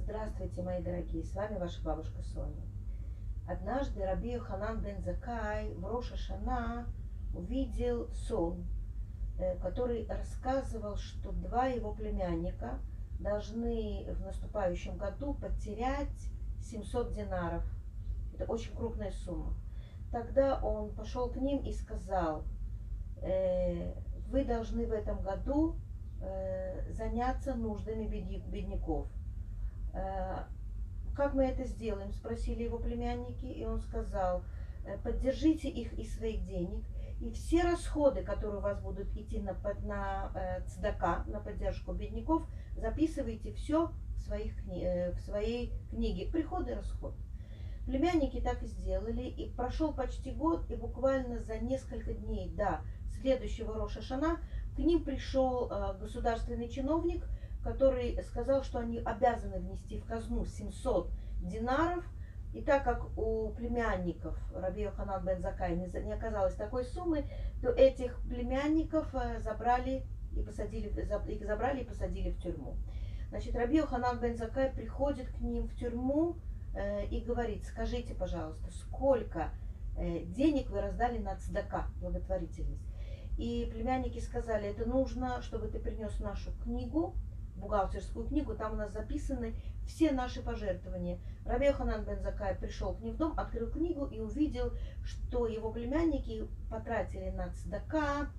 Здравствуйте, мои дорогие, с вами ваша бабушка Соня. Однажды Раби Йоханан бен Заккай в Рош ха-Шана увидел сон, который рассказывал, что два его племянника должны в наступающем году потерять 700 динаров. Это очень крупная сумма. Тогда он пошел к ним и сказал: вы должны в этом году заняться нуждами бедняков. Как мы это сделаем? Спросили его племянники, и он сказал: поддержите их из своих денег, и все расходы, которые у вас будут идти на цдака, на поддержку бедняков, записывайте все в своей книге «Приходы и расходы». Племянники так и сделали, и прошел почти год, и буквально за несколько дней до следующего Рош ха-Шана к ним пришел государственный чиновник, который сказал, что они обязаны внести в казну 700 динаров. И так как у племянников Раби Йоханан бен Заккай не оказалось такой суммы, то этих племянников забрали и посадили в тюрьму. Значит, Раби Йоханан бен Заккай приходит к ним в тюрьму и говорит: скажите, пожалуйста, сколько денег вы раздали на цдака, благотворительность? И племянники сказали: это нужно, чтобы ты принес нашу книгу, бухгалтерскую книгу, там у нас записаны все наши пожертвования. Раби Йоханан бен Заккай пришел к ним в дом, открыл книгу и увидел, что его племянники потратили на цдака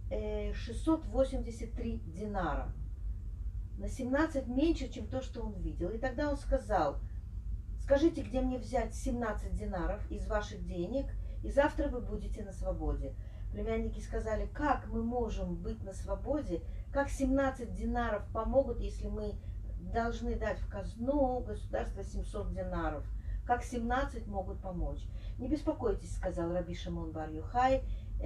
683 динара. На 17 меньше, чем то, что он видел. И тогда он сказал: скажите, где мне взять 17 динаров из ваших денег, и завтра вы будете на свободе. Племянники сказали: как мы можем быть на свободе, как 17 динаров помогут, если мы должны дать в казну государства 700 динаров? Как 17 могут помочь? Не беспокойтесь, сказал Раби Шимон бар Йохай,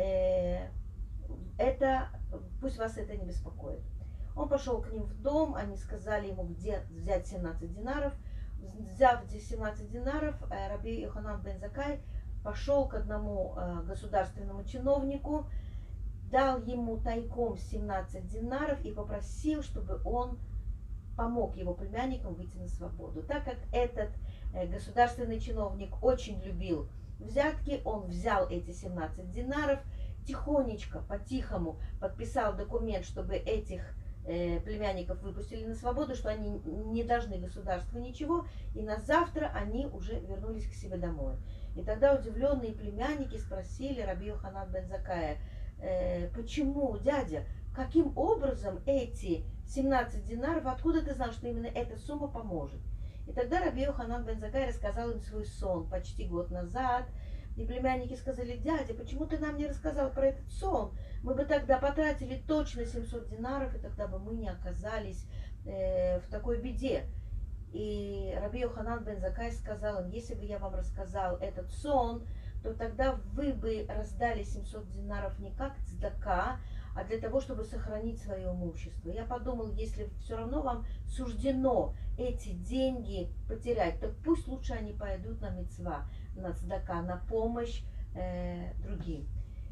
пусть вас это не беспокоит. Он пошел к ним в дом, они сказали ему, где взять 17 динаров. Взяв 17 динаров, Раби Йоханан бен Заккай пошел к одному государственному чиновнику, дал ему тайком 17 динаров и попросил, чтобы он помог его племянникам выйти на свободу. Так как этот государственный чиновник очень любил взятки, он взял эти 17 динаров, тихонечко, по-тихому подписал документ, чтобы этих племянников выпустили на свободу, что они не должны государству ничего, и на завтра они уже вернулись к себе домой. И тогда удивленные племянники спросили Раби Йоханан бен Заккая: почему, дядя, каким образом эти 17 динаров, откуда ты знал, что именно эта сумма поможет? И тогда Раби Йоханан бен Заккай рассказал им свой сон почти год назад. И племянники сказали: дядя, почему ты нам не рассказал про этот сон? Мы бы тогда потратили точно 700 динаров, и тогда бы мы не оказались в такой беде. И Раби Йоханан бен Заккай сказал им: если бы я вам рассказал этот сон, то тогда вы бы раздали 700 динаров не как цдака, а для того, чтобы сохранить свое имущество. Я подумал, если все равно вам суждено эти деньги потерять, то пусть лучше они пойдут на мицва, на цдака, на помощь другим.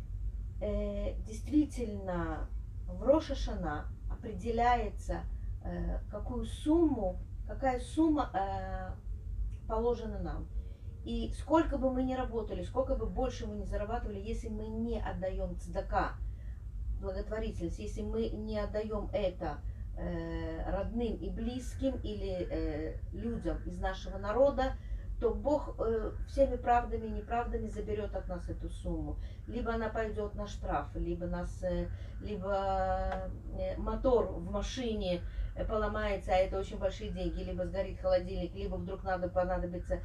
Действительно, в Рош ха-Шана определяется, какая сумма положена нам. И сколько бы мы ни работали, сколько бы больше мы ни зарабатывали, если мы не отдаем цдака, благотворительность, если мы не отдаем это родным и близким или людям из нашего народа, то Бог всеми правдами и неправдами заберет от нас эту сумму. Либо она пойдет на штраф, либо мотор в машине поломается, а это очень большие деньги, либо сгорит холодильник, либо вдруг понадобится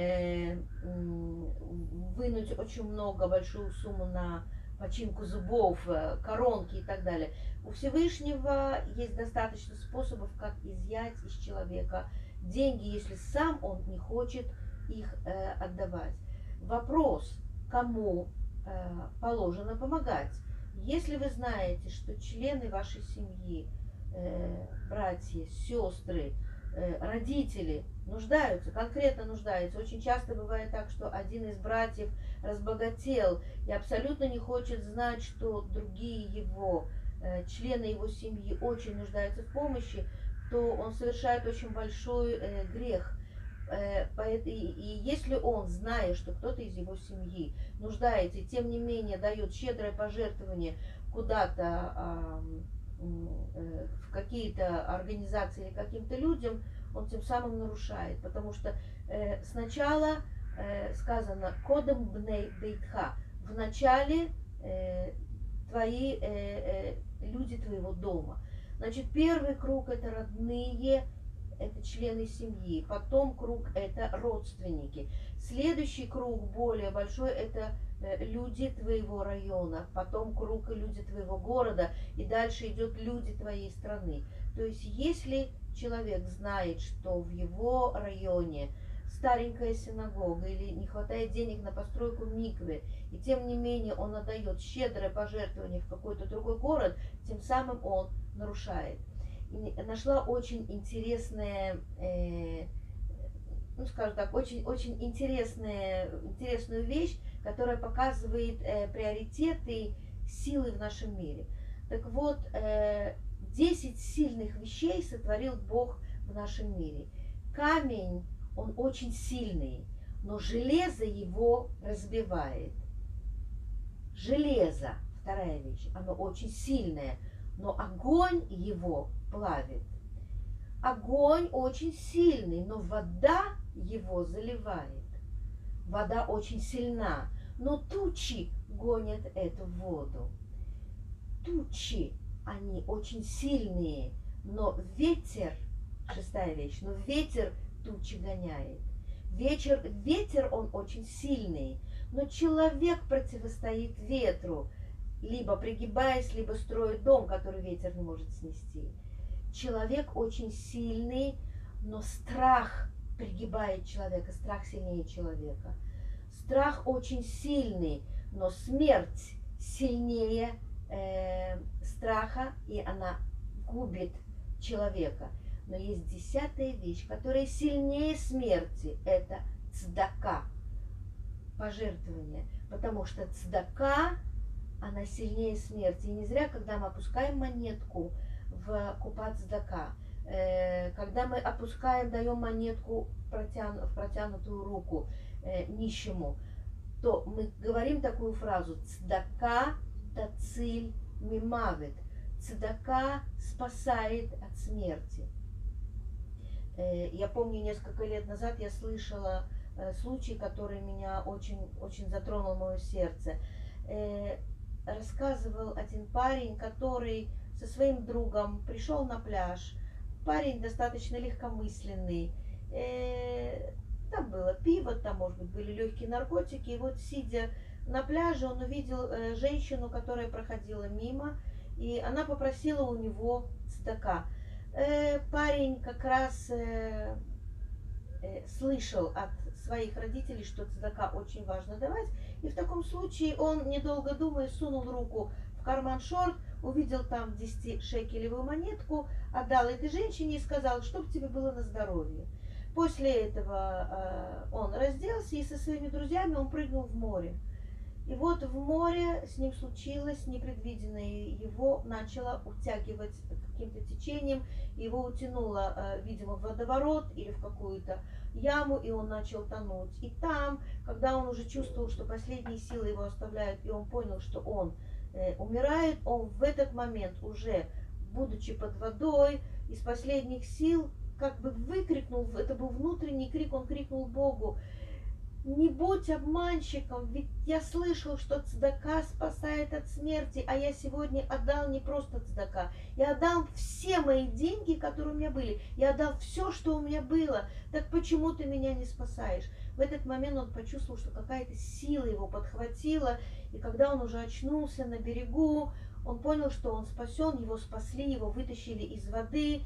вынуть очень большую сумму на починку зубов, коронки и так далее. У Всевышнего есть достаточно способов, как изъять из человека деньги, если сам он не хочет их отдавать. Вопрос, кому положено помогать. Если вы знаете, что члены вашей семьи, братья, сестры, родители конкретно нуждаются. Очень часто бывает так, что один из братьев разбогател и абсолютно не хочет знать, что другие члены его семьи очень нуждаются в помощи, то он совершает очень большой грех. И если он, зная, что кто-то из его семьи нуждается, и тем не менее дает щедрое пожертвование куда-то, в какие-то организации или каким-то людям, он тем самым нарушает. Потому что сначала сказано «Кодем бней бейтха», в начале твои люди твоего дома. Значит, первый круг это родные, это члены семьи. Потом круг это родственники. Следующий круг более большой это люди твоего района. Потом круг люди твоего города. И дальше идет люди твоей страны. То есть если человек знает, что в его районе старенькая синагога или не хватает денег на постройку миквы, и тем не менее он отдает щедрое пожертвование в какой-то другой город, тем самым он нарушает. И нашла очень интересное, ну скажем так, очень интересную вещь, которая показывает приоритеты силы в нашем мире. Так вот, 10 сильных вещей сотворил Бог в нашем мире. Камень, он очень сильный, но железо его разбивает. Железо, вторая вещь, оно очень сильное, но огонь его плавит. Огонь очень сильный, но вода его заливает. Вода очень сильна, но тучи гонят эту воду. Тучи, они очень сильные, но ветер, шестая вещь, но ветер тучи гоняет. Ветер он очень сильный, но человек противостоит ветру, либо пригибаясь, либо строит дом, который ветер не может снести. Человек очень сильный, но страх пригибает человека, страх сильнее человека. Страх очень сильный, но смерть сильнее страха, и она губит человека. Но есть 10-я вещь, которая сильнее смерти, это цдака, пожертвование. Потому что цдака, она сильнее смерти. И не зря, когда мы опускаем монетку в купат цдака, когда мы опускаем, даем монетку в протянутую руку нищему, то мы говорим такую фразу «Цдака тациль мимавит». Цдака спасает от смерти. Я помню, несколько лет назад я слышала случай, который меня очень затронул мое сердце. Рассказывал один парень, который со своим другом пришел на пляж. Парень достаточно легкомысленный. Там было пиво, там, может быть, были легкие наркотики. И вот, сидя на пляже, он увидел женщину, которая проходила мимо, и она попросила у него цдака. Парень как раз слышал от своих родителей, что цдака очень важно давать, и в таком случае он, недолго думая, сунул руку в карман шорт, увидел там 10-шекелевую монетку, отдал этой женщине и сказал, чтобы тебе было на здоровье. После этого он разделся и со своими друзьями он прыгнул в море. И вот в море с ним случилось непредвиденное. Его начало утягивать каким-то течением, его утянуло, видимо, в водоворот или в какую-то яму, и он начал тонуть. И там, когда он уже чувствовал, что последние силы его оставляют, и он понял, что он умирает, он в этот момент уже, будучи под водой, из последних сил как бы выкрикнул, это был внутренний крик, он крикнул Богу: не будь обманщиком, ведь я слышал, что цдака спасает от смерти, а я сегодня отдал не просто цдака, я отдал все мои деньги, которые у меня были, я отдал все, что у меня было, так почему ты меня не спасаешь? В этот момент он почувствовал, что какая-то сила его подхватила, и когда он уже очнулся на берегу, он понял, что он спасен, его спасли, его вытащили из воды.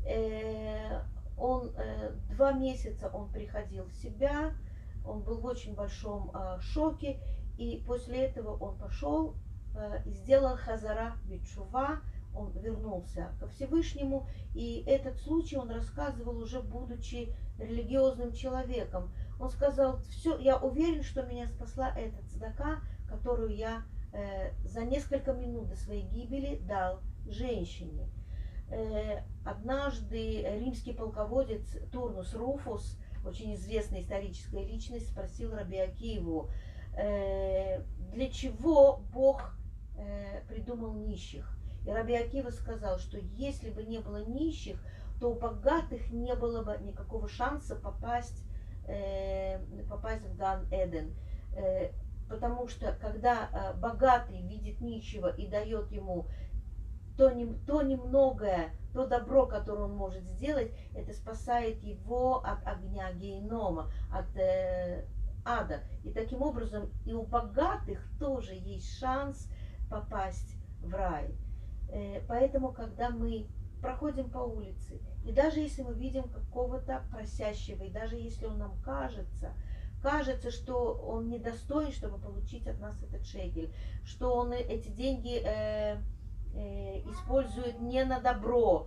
2 месяца он приходил в себя, он был в очень большом шоке, и после этого он пошел и сделал хазара битшува, он вернулся ко Всевышнему, и этот случай он рассказывал уже будучи религиозным человеком. Он сказал: все, я уверен, что меня спасла эта цдака, которую я за несколько минут до своей гибели дал женщине. Однажды римский полководец Турнус Руфус, очень известная историческая личность, спросил раби Акиеву, для чего Бог придумал нищих. И раби Акива сказал, что если бы не было нищих, то у богатых не было бы никакого шанса попасть в Ган-Эден. Потому что когда богатый видит нищего и дает ему то немногое, то добро, которое он может сделать, это спасает его от огня генома, от ада. И таким образом и у богатых тоже есть шанс попасть в рай. Поэтому, когда мы проходим по улице, и даже если мы видим какого-то просящего, и даже если он нам кажется, что он недостоин, чтобы получить от нас этот шекель, что он эти деньги использует не на добро,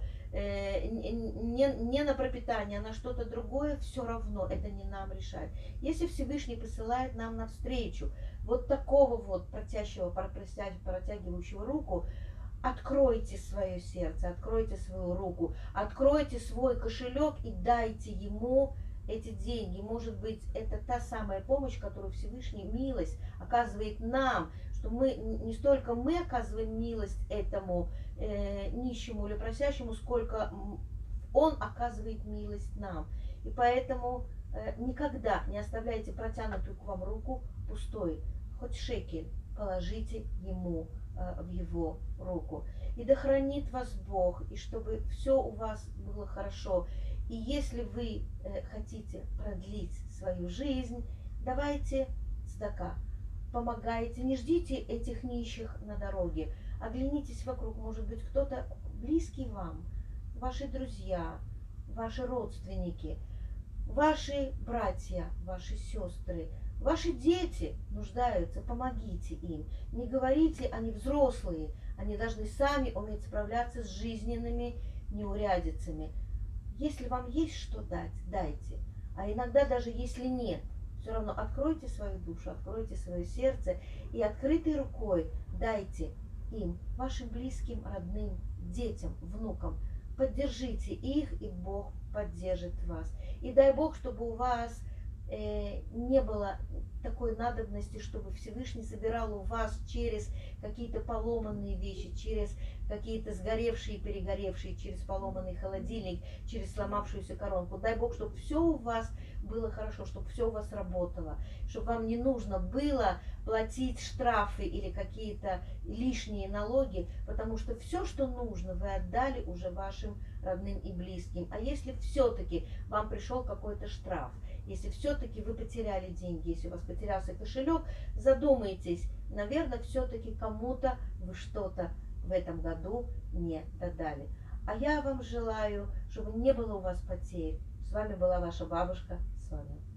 не на пропитание, а на что-то другое, все равно это не нам решать. Если Всевышний посылает нам навстречу вот такого вот протягивающего руку, откройте свое сердце, откройте свою руку, откройте свой кошелек и дайте ему эти деньги. Может быть, это та самая помощь, которую Всевышний, милость, оказывает нам, что мы не столько мы оказываем милость этому нищему или просящему, сколько он оказывает милость нам. И поэтому никогда не оставляйте протянутую к вам руку пустой. Хоть шекель положите ему в его руку. И да хранит вас Бог, и чтобы все у вас было хорошо. И если вы хотите продлить свою жизнь, давайте цдака, помогайте, не ждите этих нищих на дороге. Оглянитесь вокруг, может быть, кто-то близкий вам, ваши друзья, ваши родственники, ваши братья, ваши сестры, ваши дети нуждаются, помогите им. Не говорите, они взрослые, они должны сами уметь справляться с жизненными неурядицами. Если вам есть что дать, дайте. А иногда даже если нет, все равно откройте свою душу, откройте свое сердце и открытой рукой дайте им, вашим близким, родным, детям, внукам. Поддержите их, и Бог поддержит вас. И дай Бог, чтобы у вас не было такой надобности, чтобы Всевышний собирал у вас через какие-то поломанные вещи, через какие-то сгоревшие, перегоревшие, через поломанный холодильник, через сломавшуюся коронку. Дай Бог, чтобы все у вас было хорошо, чтобы все у вас работало, чтобы вам не нужно было платить штрафы или какие-то лишние налоги, потому что все, что нужно, вы отдали уже вашим родным и близким. А если все-таки вам пришел какой-то штраф, если все-таки вы потеряли деньги, если у вас потерялся кошелек, задумайтесь, наверное, все-таки кому-то вы что-то в этом году не додали. А я вам желаю, чтобы не было у вас потерь. С вами была ваша бабушка. С вами